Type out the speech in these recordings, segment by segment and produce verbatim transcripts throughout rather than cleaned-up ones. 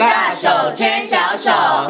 大手牵小手。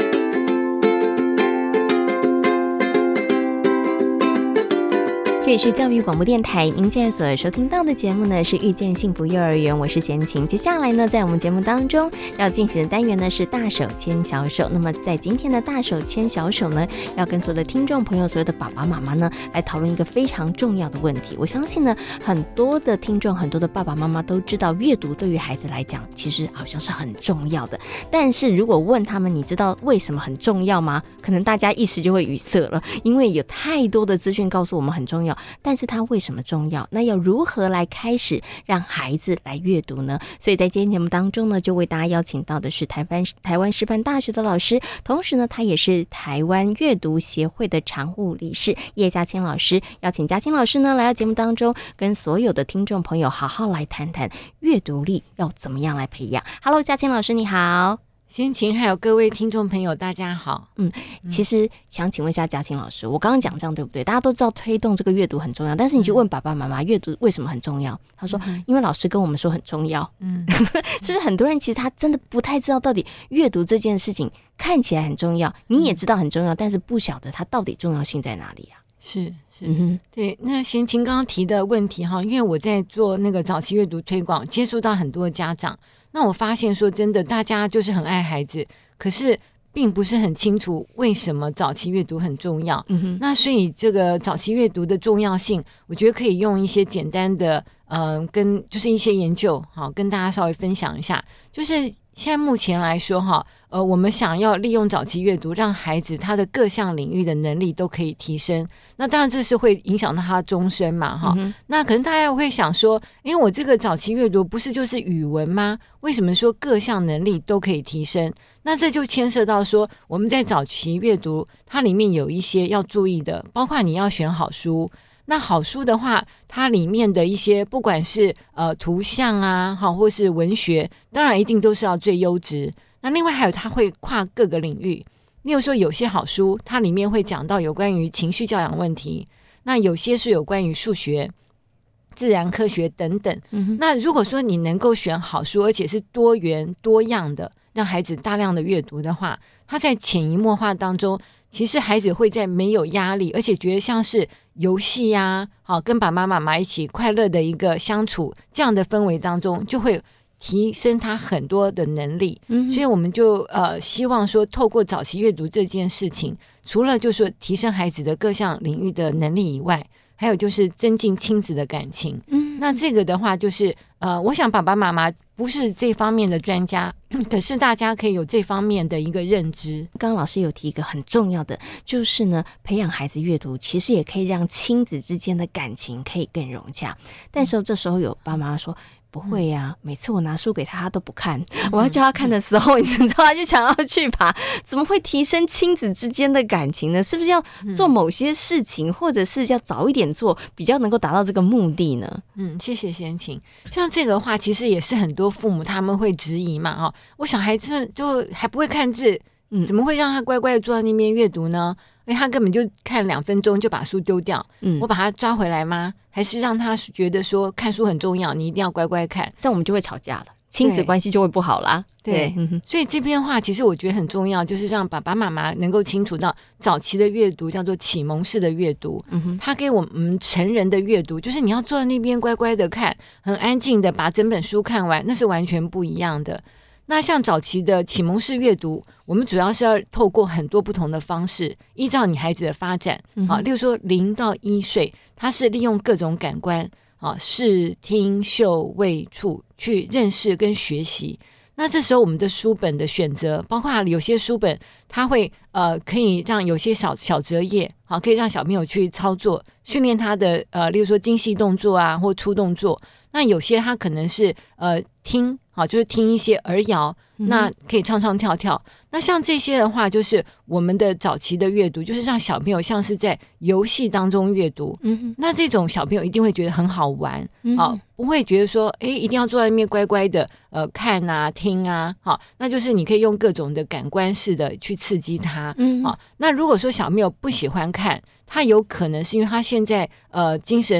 这里是教育广播电台，您现在所收听到的节目呢是遇见幸福幼儿园，我是贤琴。接下来呢，在我们节目当中要进行的单元呢是大手牵小手。那么在今天的大手牵小手呢，要跟所有的听众朋友、所有的爸爸妈妈呢来讨论一个非常重要的问题。我相信呢，很多的听众、很多的爸爸妈妈都知道，阅读对于孩子来讲其实好像是很重要的。但是如果问他们，你知道为什么很重要吗？可能大家一时就会语塞了，因为有太多的资讯告诉我们很重要。但是它为什么重要？那要如何来开始让孩子来阅读呢？所以在今天节目当中呢，就为大家邀请到的是台湾台湾师范大学的老师，同时呢，他也是台湾阅读协会的常务理事叶嘉青老师。邀请嘉青老师呢来到节目当中，跟所有的听众朋友好好来谈谈阅读力要怎么样来培养。Hello， 嘉青老师你好。 先请还有各位听众朋友大家好。 嗯，其实想请问一下嘉青老师，我刚刚讲这样对不对？大家都知道推动这个阅读很重要，但是你就问爸爸妈妈阅读为什么很重要，他说、嗯、因为老师跟我们说很重要。嗯，是不是很多人其实他真的不太知道到底阅读这件事情看起来很重要，你也知道很重要，但是不晓得它到底重要性在哪里啊？ 是是、嗯，对。那贤琴刚刚提的问题哈，因为我在做那个早期阅读推广，接触到很多家长，那我发现说真的，大家就是很爱孩子，可是并不是很清楚为什么早期阅读很重要。嗯哼，那所以这个早期阅读的重要性，我觉得可以用一些简单的，呃，跟就是一些研究，好，跟大家稍微分享一下，就是。现在目前来说哈，呃，我们想要利用早期阅读，让孩子他的各项领域的能力都可以提升。那当然这是会影响到他终身嘛哈、嗯。那可能大家会想说，因为我这个早期阅读不是就是语文吗？为什么说各项能力都可以提升？那这就牵涉到说，我们在早期阅读，它里面有一些要注意的，包括你要选好书。那好书的话，它里面的一些不管是呃图像啊，好或是文学，当然一定都是要最优质。那另外还有它会跨各个领域，例如说有些好书，它里面会讲到有关于情绪教养问题，那有些是有关于数学、自然科学等等。嗯、那如果说你能够选好书，而且是多元多样的，让孩子大量的阅读的话，他在潜移默化当中，其实孩子会在没有压力，而且觉得像是游戏啊，好跟爸爸妈妈一起快乐的一个相处这样的氛围当中，就会提升他很多的能力。嗯，所以我们就呃希望说，透过早期阅读这件事情，除了就说提升孩子的各项领域的能力以外，还有就是增进亲子的感情。嗯，那这个的话就是呃，我想爸爸妈妈不是这方面的专家，可是大家可以有这方面的一个认知。 刚刚老师有提一个很重要的，就是呢，培养孩子阅读，其实也可以让亲子之间的感情可以更融洽。但是这时候有爸妈说。不会呀、啊，每次我拿书给他，他都不看。我要叫他看的时候，你知道，他就想要去爬。怎么会提升亲子之间的感情呢？是不是要做某些事情，或者是要早一点做，比较能够达到这个目的呢？ 嗯，谢谢贤琴。像这个话，其实也是很多父母他们会质疑嘛，哈，我小孩子就还不会看字，嗯，怎么会让他乖乖的坐在那边阅读呢？因为他根本就看两分钟就把书丢掉，嗯，我把他抓回来吗？还是让他觉得说看书很重要，你一定要乖乖看， 这样我们就会吵架了，亲子关系就会不好啦。 对，对，所以这边的话，其实我觉得很重要，就是让爸爸妈妈能够清楚到早期的阅读叫做启蒙式的阅读，嗯，他给我们成人的阅读，就是你要坐在那边乖乖的看，很安静的把整本书看完，那是完全不一样的。那像早期的启蒙式阅读，我们主要是要透过很多不同的方式，依照你孩子的发展，嗯、啊，例如说零到一岁，它是利用各种感官，啊，视听嗅味触去认识跟学习。那这时候我们的书本的选择，包括有些书本它会呃可以让有些小小折页，好，可以让小朋友去操作，训练他的呃，例如说精细动作啊或粗动作。那有些他可能是呃听，好，就是听一些儿谣，那可以唱唱跳跳。那像这些的话，就是我们的早期的阅读，就是让小朋友像是在游戏当中阅读。嗯，那这种小朋友一定会觉得很好玩，好，不会觉得说，哎，一定要坐在那边乖乖的呃看啊听啊，好，那就是你可以用各种的感官式的去刺激他。嗯，好，那如果说小朋友不喜欢看，他有可能是因为他现在呃精神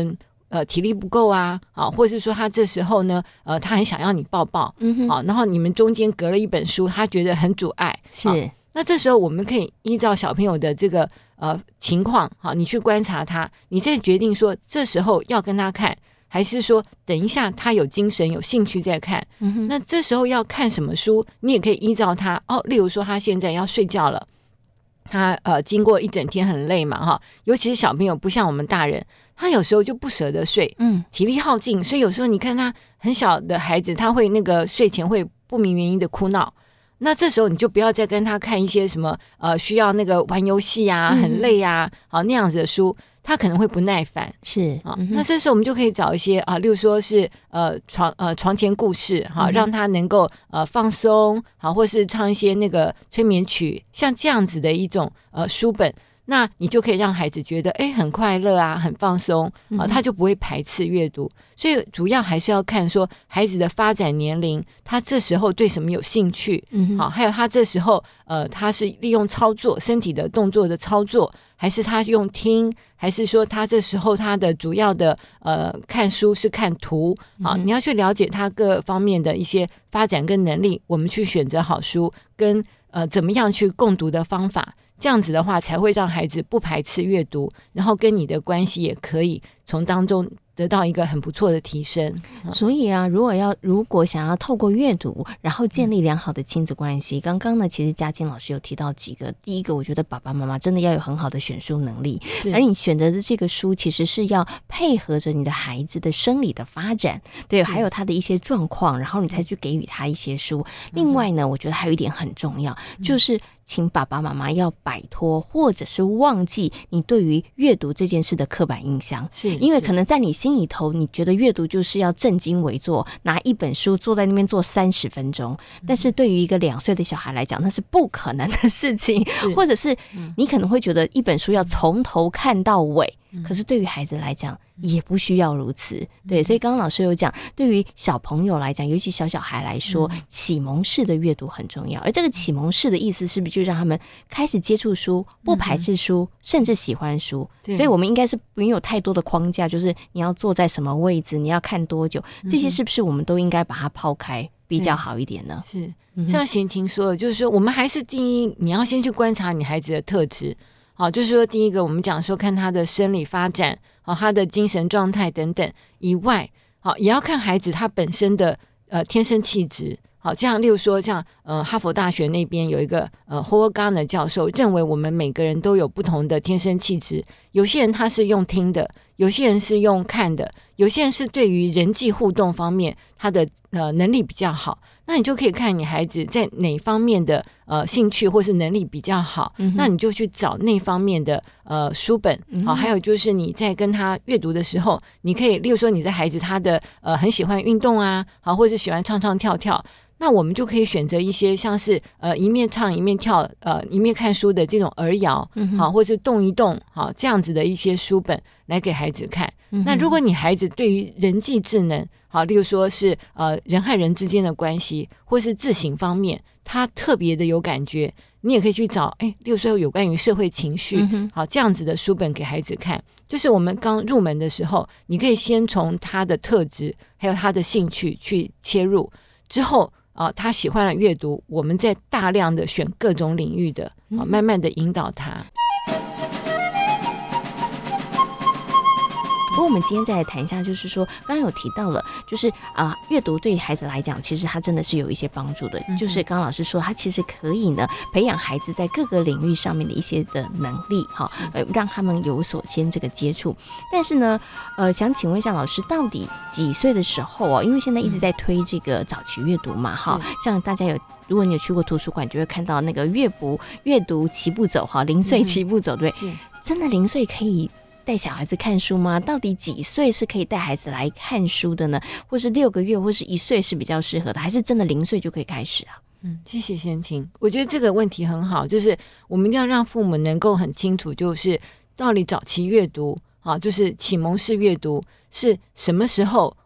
呃体力不够啊，啊，或是说他这时候呢，呃，他很想要你抱抱，嗯，好，然后你们中间隔了一本书，他觉得很阻碍， 是。 那这时候我们可以依照小朋友的这个呃情况，好，你去观察他，你再决定说这时候要跟他看，还是说等一下他有精神有兴趣再看。嗯、那这时候要看什么书，你也可以依照他哦，例如说他现在要睡觉了，他呃经过一整天很累嘛哈，尤其是小朋友不像我们大人，他有时候就不舍得睡，嗯，体力耗尽，所以有时候你看他很小的孩子，他会那个睡前会不明原因的哭闹。那这时候你就不要再跟他看一些什么呃需要那个玩游戏啊很累啊好那样子的书，他可能会不耐烦， 是啊、 嗯。那这时候我们就可以找一些啊，例如说是呃床呃床前故事哈，让他能够呃放松好，或是唱一些那个催眠曲，像这样子的一种呃书本。那你就可以让孩子觉得哎很快乐啊，很放松啊，他就不会排斥阅读。所以主要还是要看说孩子的发展年龄，他这时候对什么有兴趣，嗯，好，还有他这时候呃他是利用操作身体的动作的操作，还是他用听，还是说他这时候他的主要的呃看书是看图，好，你要去了解他各方面的一些发展跟能力，我们去选择好书跟呃怎么样去共读的方法。这样子的话才会让孩子不排斥阅读，然后跟你的关系也可以从当中得到一个很不错的提升。 所以啊，如果要如果想要透过阅读然后建立良好的亲子关系，刚刚呢其实嘉靖老师有提到几个，第一个我觉得爸爸妈妈真的要有很好的选书能力，而你选择的这个书其实是要配合着你的孩子的生理的发展，对，还有他的一些状况，然后你才去给予他一些书。另外呢，我觉得还有一点很重要，就是请爸爸妈妈要摆脱或者是忘记你对于阅读这件事的刻板印象，是因为可能在你心里头你觉得阅读就是要正襟危坐，拿一本书坐在那边坐三十分钟，但是对于一个两岁的小孩来讲那是不可能的事情，或者是你可能会觉得一本书要从头看到尾，可是对于孩子来讲也不需要如此，对，所以刚刚老师有讲，对于小朋友来讲，尤其小小孩来说，启蒙式的阅读很重要。而这个启蒙式的意思是不是就让他们开始接触书，不排斥书，甚至喜欢书？所以我们应该是不用有太多的框架，就是你要坐在什么位置，你要看多久，这些是不是我们都应该把它抛开比较好一点呢？ 是，像贤琴说的，就是说我们还是第一，你要先去观察你孩子的特质。好，就是说第一个我们讲说看他的生理发展，好，他的精神状态等等以外，好，也要看孩子他本身的呃天生气质。好，这样例如说像呃哈佛大学那边有一个呃 Howard Gardner 教授认为我们每个人都有不同的天生气质，有些人他是用听的，有些人是用看的，有些人是对于人际互动方面他的呃能力比较好，那你就可以看你孩子在哪方面的呃兴趣或是能力比较好，嗯、那你就去找那方面的呃书本。好，还有就是你在跟他阅读的时候，你可以例如说你在孩子他的呃很喜欢运动啊，好，或是喜欢唱唱跳跳，那我们就可以选择一些像是呃一面唱一面跳呃一面看书的这种儿谣，好，或是动一动好这样子的一些书本来给孩子看。那如果你孩子对于人际智能好，例如说是呃人和人之间的关系或是自省方面他特别的有感觉，你也可以去找哎，例如说有关于社会情绪好这样子的书本给孩子看。就是我们刚入门的时候，你可以先从他的特质还有他的兴趣去切入，之后啊，他喜欢了阅读，我们再大量的选各种领域的，啊，慢慢的引导他。 不过我们今天再来谈一下，就是说刚刚有提到了，就是啊、呃，阅读对孩子来讲其实它真的是有一些帮助的、嗯、就是刚刚老师说它其实可以呢培养孩子在各个领域上面的一些的能力哈，呃，让他们有所先这个接触。但是呢呃，想请问一下老师，到底几岁的时候哦，因为现在一直在推这个早期阅读嘛哈，像大家有如果你有去过图书馆就会看到那个阅读阅读齐步走哈，零岁齐步走、嗯、对，真的零岁可以带小孩子看书吗？到底几岁是可以带孩子来看书的呢？或是六个月或是一岁是比较适合的，还是真的零岁就可以开始啊？ 嗯，谢谢贤琴，我觉得这个问题很好，就是我们一定要让父母能够很清楚，就是到底早期阅读啊，就是启蒙式阅读是什么时候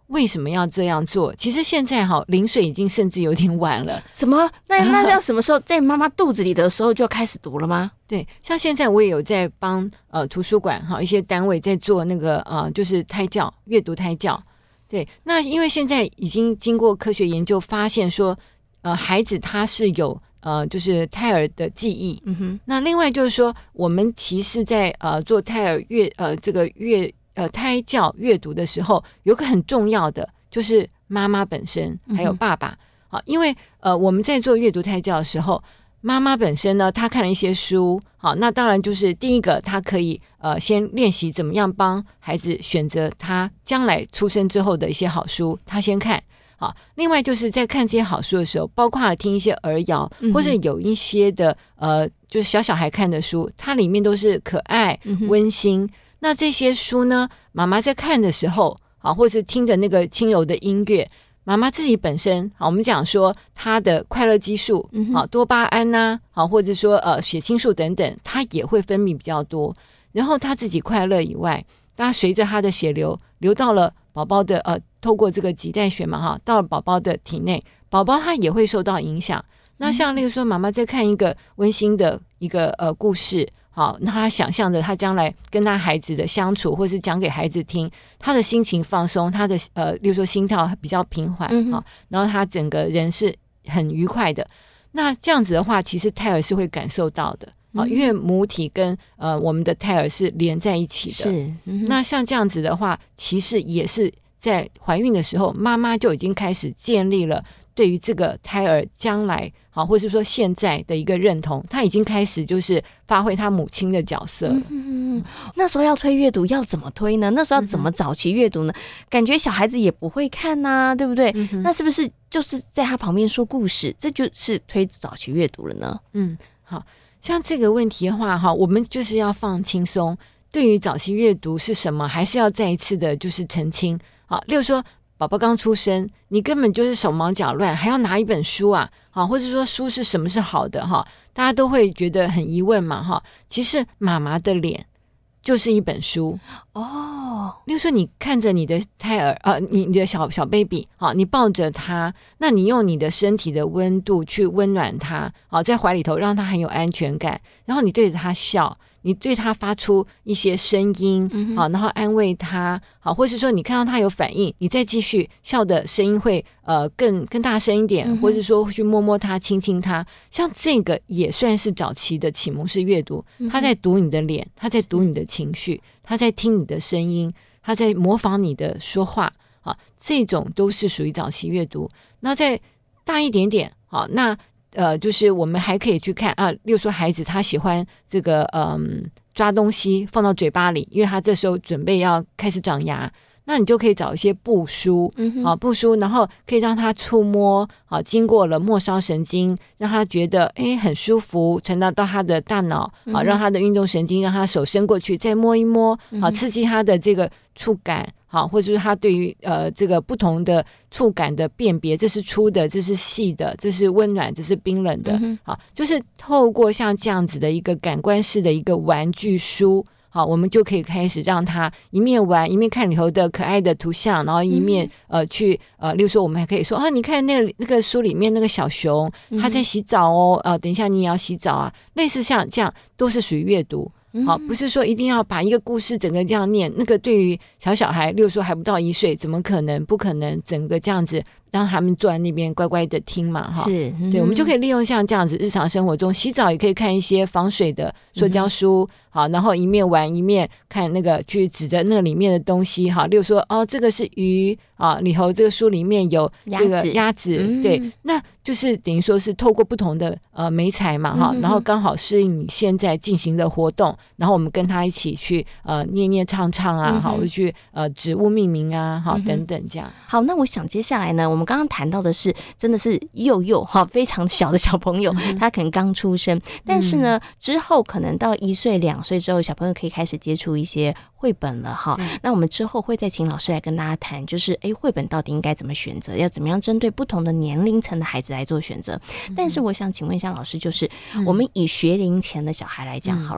为什么要这样做？其实现在哈，零岁已经甚至有点晚了。 什么？那那要什么时候？在妈妈肚子里的时候就开始读了吗？ 对，像现在我也有在帮呃图书馆哈一些单位在做那个呃就是胎教阅读胎教。对，那因为现在已经经过科学研究发现说，呃孩子他是有呃就是胎儿的记忆。嗯哼。那另外就是说，我们其实在呃做胎儿阅呃这个阅呃胎教阅读的时候，有个很重要的就是妈妈本身还有爸爸。好、嗯，因为呃我们在做阅读胎教的时候。妈妈本身呢，她看了一些书，好，那当然就是第一个，她可以呃先练习怎么样帮孩子选择他将来出生之后的一些好书，她先看。好，另外就是在看这些好书的时候，包括听一些儿谣，嗯、或者有一些的呃，就是小小孩看的书，它里面都是可爱、温馨。嗯、那这些书呢，妈妈在看的时候，好，或者听着那个轻柔的音乐。妈妈自己本身，好，我们讲说她的快乐激素，好，多巴胺呐、啊，好，或者说呃血清素等等，它也会分泌比较多。然后她自己快乐以外，它随着她的血流流到了宝宝的呃，透过这个脐带血嘛，哈，到了宝宝的体内，宝宝他也会受到影响。那像例如说，妈妈在看一个温馨的一个呃故事。好，那他想象着他将来跟他孩子的相处，或是讲给孩子听，他的心情放松，他的呃，例如说心跳比较平缓，嗯、好，然后他整个人是很愉快的。那这样子的话，其实胎儿是会感受到的，好、嗯，因为母体跟呃我们的胎儿是连在一起的。 是，嗯、 那像这样子的话，其实也是在怀孕的时候，妈妈就已经开始建立了对于这个胎儿将来。好，或是说现在的一个认同，他已经开始就是发挥他母亲的角色了。 嗯嗯，那时候要推阅读要怎么推呢？那时候要怎么早期阅读呢？嗯、感觉小孩子也不会看呐、啊，对不对、嗯？那是不是就是在他旁边说故事，这就是推早期阅读了呢？ 嗯，好像这个问题的话，哈，我们就是要放轻松。对于早期阅读是什么，还是要再一次的就是澄清。好，例如说。宝宝刚出生，你根本就是手忙脚乱，还要拿一本书啊，好，或者说书是什么是好的哈，大家都会觉得很疑问嘛哈。其实妈妈的脸就是一本书哦。例如说，你看着你的胎儿，呃，你你的小小 baby， 好，你抱着他，那你用你的身体的温度去温暖他，好，在怀里头让他很有安全感，然后你对着他笑。你对他发出一些声音，好，然后安慰他，好，或是说你看到他有反应，你再继续笑的声音会呃更更大声一点，嗯、或是说去摸摸他、亲亲他，像这个也算是早期的启蒙式阅读。他在读你的脸，他在读你的情绪，他在听你的声音，他在模仿你的说话，好，这种都是属于早期阅读。那再大一点点，好，那。呃，就是我们还可以去看啊，例如说孩子他喜欢这个嗯抓东西放到嘴巴里，因为他这时候准备要开始长牙，那你就可以找一些布书，嗯、啊布书，然后可以让他触摸，啊经过了末梢神经，让他觉得哎很舒服，传达到他的大脑，啊让他的运动神经，让他手伸过去再摸一摸，啊刺激他的这个触感。好，或者是他对于呃这个不同的触感的辨别，这是粗的，这是细的，这是温暖，这是冰冷的。嗯、好，就是透过像这样子的一个感官式的一个玩具书，好，我们就可以开始让他一面玩，一面看里头的可爱的图像，然后一面、嗯、呃去呃，例如说我们还可以说啊，你看那个那个书里面那个小熊，他在洗澡哦，呃，等一下你也要洗澡啊，类似像这样都是属于阅读。好，不是说一定要把一个故事整个这样念，那个对于小小孩，例如说还不到一岁，怎么可能？不可能整个这样子让他们坐在那边乖乖的听嘛，哈。是，嗯、对，我们就可以利用像这样子日常生活中洗澡也可以看一些防水的塑胶书，嗯、好，然后一面玩一面看那个，去指着那个里面的东西，哈，例如说哦，这个是鱼啊，里头这个书里面有这个鸭子，嗯、对，那就是等于说是透过不同的呃媒材嘛，哈，嗯、然后刚好适应你现在进行的活动。然后我们跟他一起去呃念念唱唱啊，好、嗯，或者去呃植物命名啊，好、嗯、等等这样。 好，那我想接下来呢，我们刚刚谈到的是真的是幼幼哈非常小的小朋友，嗯、他可能刚出生，但是呢、嗯、之后可能到一岁两岁之后，小朋友可以开始接触一些绘本了哈。那我们之后会再请老师来跟大家谈，就是哎绘本到底应该怎么选择，要怎么样针对不同的年龄层的孩子来做选择。嗯、但是我想请问一下老师，就是、嗯、我们以学龄前的小孩来讲好了。嗯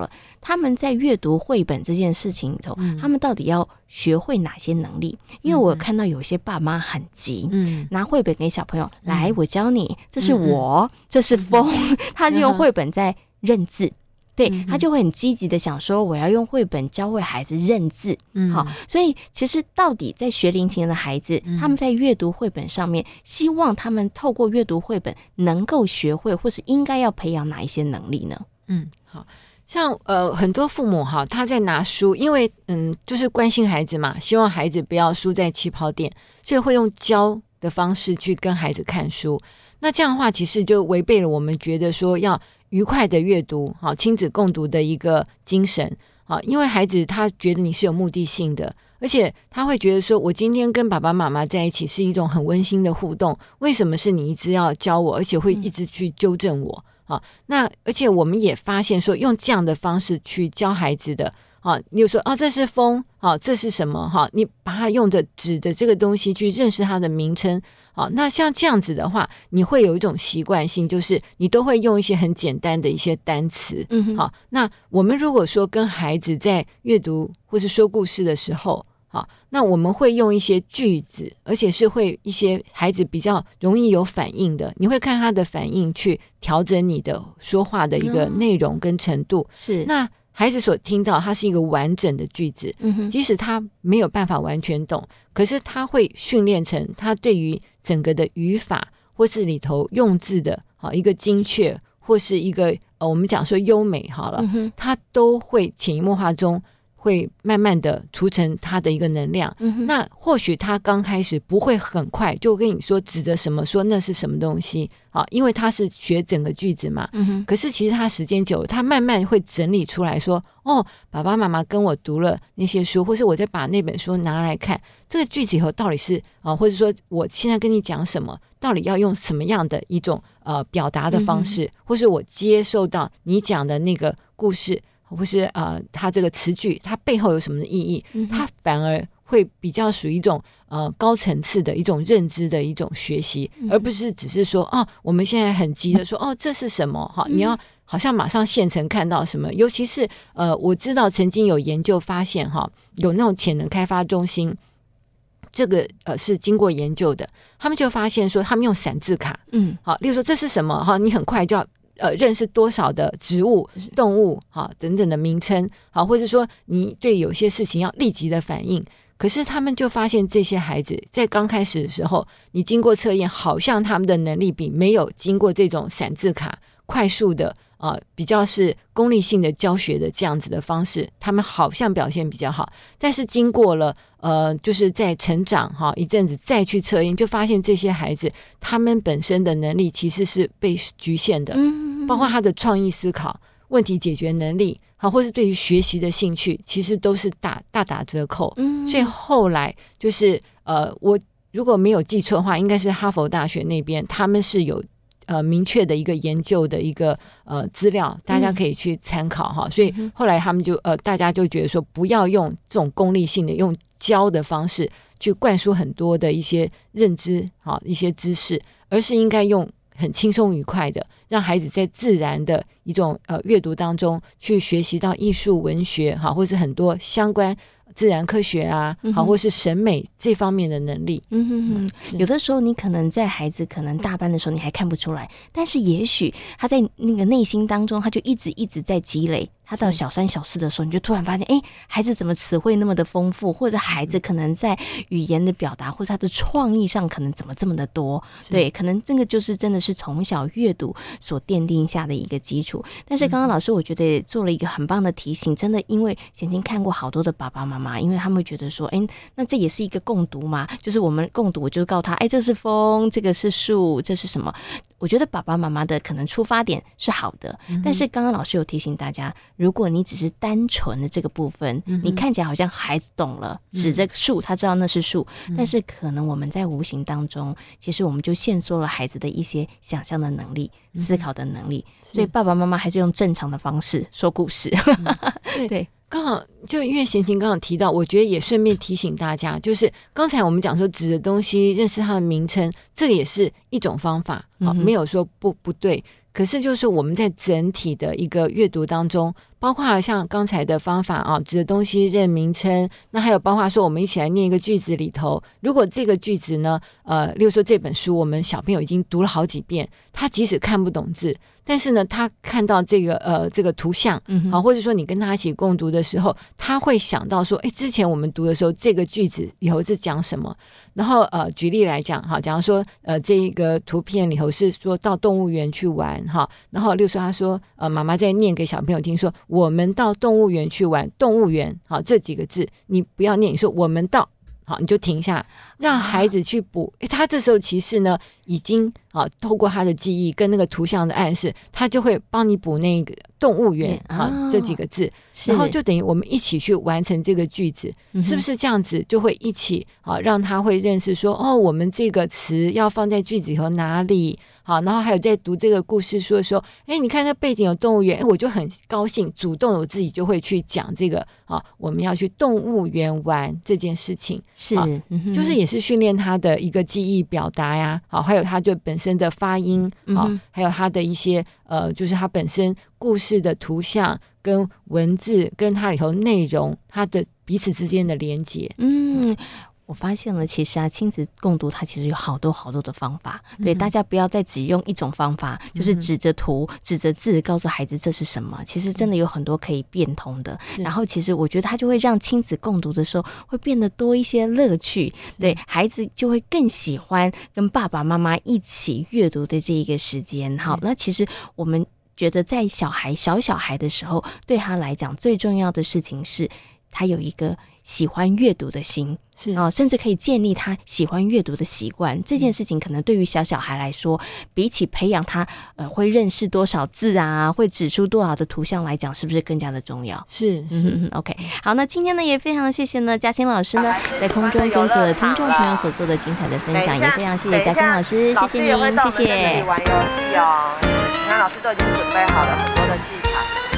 他们在阅读绘本这件事情里头、嗯、他们到底要学会哪些能力？因为我有看到有些爸妈很急、嗯、拿绘本给小朋友、嗯、来我教你，这是我、嗯、这是风、嗯、他用绘本在认字、嗯，对、嗯、他就会很积极的想说我要用绘本教会孩子认字、嗯、好，所以其实到底在学龄前的孩子、嗯、他们在阅读绘本上面希望他们透过阅读绘本能够学会或是应该要培养哪一些能力呢？ 嗯，好，像呃很多父母哈，他在拿书，因为嗯就是关心孩子嘛，希望孩子不要输在起跑点，所以会用教的方式去跟孩子看书。那这样的话其实就违背了我们觉得说要愉快的阅读，好，亲子共读的一个精神，好，因为孩子他觉得你是有目的性的，而且他会觉得说我今天跟爸爸妈妈在一起是一种很温馨的互动，为什么是你一直要教我，而且会一直去纠正我、嗯、那而且我们也发现说用这样的方式去教孩子的，你就说啊，这是风，这是什么，你把它用着指着这个东西去认识它的名称，好，那像这样子的话，你会有一种习惯性，就是你都会用一些很简单的一些单词。嗯，好，那我们如果说跟孩子在阅读或是说故事的时候，好，那我们会用一些句子，而且是会一些孩子比较容易有反应的，你会看他的反应去调整你的说话的一个内容跟程度。是，那孩子所听到它是一个完整的句子、嗯、即使他没有办法完全懂，可是他会训练成他对于整个的语法或是里头用字的一个精确或是一个呃我们讲说优美好了、嗯、他都会潜移默化中会慢慢的储成他的一个能量、嗯、那或许他刚开始不会很快就跟你说指着什么说那是什么东西，好，因为他是学整个句子嘛、嗯、可是其实他时间久了，他慢慢会整理出来说，哦，爸爸妈妈跟我读了那些书，或是我再把那本书拿来看，这个句子以后到底是、啊、或者说我现在跟你讲什么，到底要用什么样的一种呃表达的方式、嗯、或是我接受到你讲的那个故事或是呃，它这个词句它背后有什么的意义、嗯、它反而会比较属于一种呃高层次的一种认知的一种学习、嗯、而不是只是说哦，我们现在很急的说哦这是什么哈、嗯，你要好像马上现成看到什么，尤其是呃，我知道曾经有研究发现哈，有那种潜能开发中心，这个呃是经过研究的，他们就发现说他们用散字卡，嗯，好，例如说这是什么哈，你很快就要呃，认识多少的植物、动物好等等的名称好，或者说你对有些事情要立即的反应，可是他们就发现这些孩子在刚开始的时候，你经过测验，好像他们的能力比没有经过这种散字卡快速的呃，比较是功利性的教学的这样子的方式，他们好像表现比较好，但是经过了呃，就是在成长哈一阵子再去测验，就发现这些孩子他们本身的能力其实是被局限的，嗯，包括他的创意思考、问题解决能力，好，或是对于学习的兴趣，其实都是大大打折扣。嗯，所以后来就是呃，我如果没有记错的话，应该是哈佛大学那边他们是有。呃，明确的一个研究的一个呃资料，大家可以去参考哈、嗯。所以后来他们就呃，大家就觉得说，不要用这种功利性的、用教的方式去灌输很多的一些认知哈、一些知识，而是应该用很轻松愉快的，让孩子在自然的一种呃阅读当中去学习到艺术、文学哈，或是很多相关。自然科学啊，好，或是审美这方面的能力。嗯哼哼，有的时候你可能在孩子可能大班的时候你还看不出来，但是也许他在那个内心当中，他就一直一直在积累。他到小三小四的时候，你就突然发现，哎，孩子怎么词汇那么的丰富，或者孩子可能在语言的表达，或者他的创意上可能怎么这么的多？对，可能这个就是真的是从小阅读所奠定下的一个基础。但是刚刚老师我觉得做了一个很棒的提醒，真的因为贤琴看过好多的爸爸妈妈，因为他们会觉得说，哎，那这也是一个共读嘛，就是我们共读，我就告诉他，哎，这是风，这个是树，这是什么？我觉得爸爸妈妈的可能出发点是好的、嗯、但是刚刚老师有提醒大家，如果你只是单纯的这个部分、嗯、你看起来好像孩子懂了，指这个树他知道那是树、嗯、但是可能我们在无形当中其实我们就限缩了孩子的一些想象的能力、嗯、思考的能力，所以爸爸妈妈还是用正常的方式说故事、 嗯、对, 对刚好就因为贤琴刚刚提到，我觉得也顺便提醒大家，就是刚才我们讲说指的东西认识它的名称，这个也是一种方法，好、嗯，没有说不不对。可是就是我们在整体的一个阅读当中，包括了像刚才的方法啊，指的东西认名称，那还有包括说我们一起来念一个句子里头，如果这个句子呢，呃，例如说这本书我们小朋友已经读了好几遍，他即使看不懂字，但是呢，他看到这个呃这个图像，嗯，好，或者说你跟他一起共读的时候，他会想到说，哎，之前我们读的时候，这个句子以后是讲什么？然后呃，举例来讲，哈，假如说呃这一个图片里头是说到动物园去玩，哈，然后例如说他说，呃，妈妈在念给小朋友听说，我们到动物园去玩，动物园，好，这几个字你不要念，你说我们到。好，你就停下，让孩子去补。诶，他这时候其实呢，已经啊，透过他的记忆跟那个图像的暗示，他就会帮你补那个动物园啊、哦、这几个字，然后就等于我们一起去完成这个句子，是不是这样子就会一起啊，让他会认识说，哦，我们这个词要放在句子里头哪里？好，然后还有在读这个故事书的时候，哎，你看那背景有动物园，哎，我就很高兴，主动的我自己就会去讲这个啊，我们要去动物园玩这件事情， 是、 嗯，就是也是训练他的一个记忆表达呀，好，还有他就本身的发音，好、嗯，还有他的一些呃，就是他本身故事的图像跟文字跟它里头内容，它的彼此之间的连结， 嗯。我发现了，其实啊，亲子共读它其实有好多好多的方法，对、嗯、大家不要再只用一种方法，就是指着图、嗯、指着字告诉孩子这是什么。其实真的有很多可以变通的。然后，其实我觉得它就会让亲子共读的时候会变得多一些乐趣，对孩子就会更喜欢跟爸爸妈妈一起阅读的这一个时间。好，那其实我们觉得在小孩小小孩的时候，对他来讲最重要的事情是，他有一个喜欢阅读的心，是啊、哦，甚至可以建立他喜欢阅读的习惯。这件事情可能对于小小孩来说，比起培养他呃会认识多少字啊，会指出多少的图像来讲，是不是更加的重要？ 是是、 嗯、OK。好，那今天呢也非常谢谢呢嘉欣老师呢在空中跟所有的听众朋友所做的精彩的分享，也非常谢谢嘉欣老师，谢谢您，谢谢。 玩游戏哦，你看老师都已经准备好了很多的器材。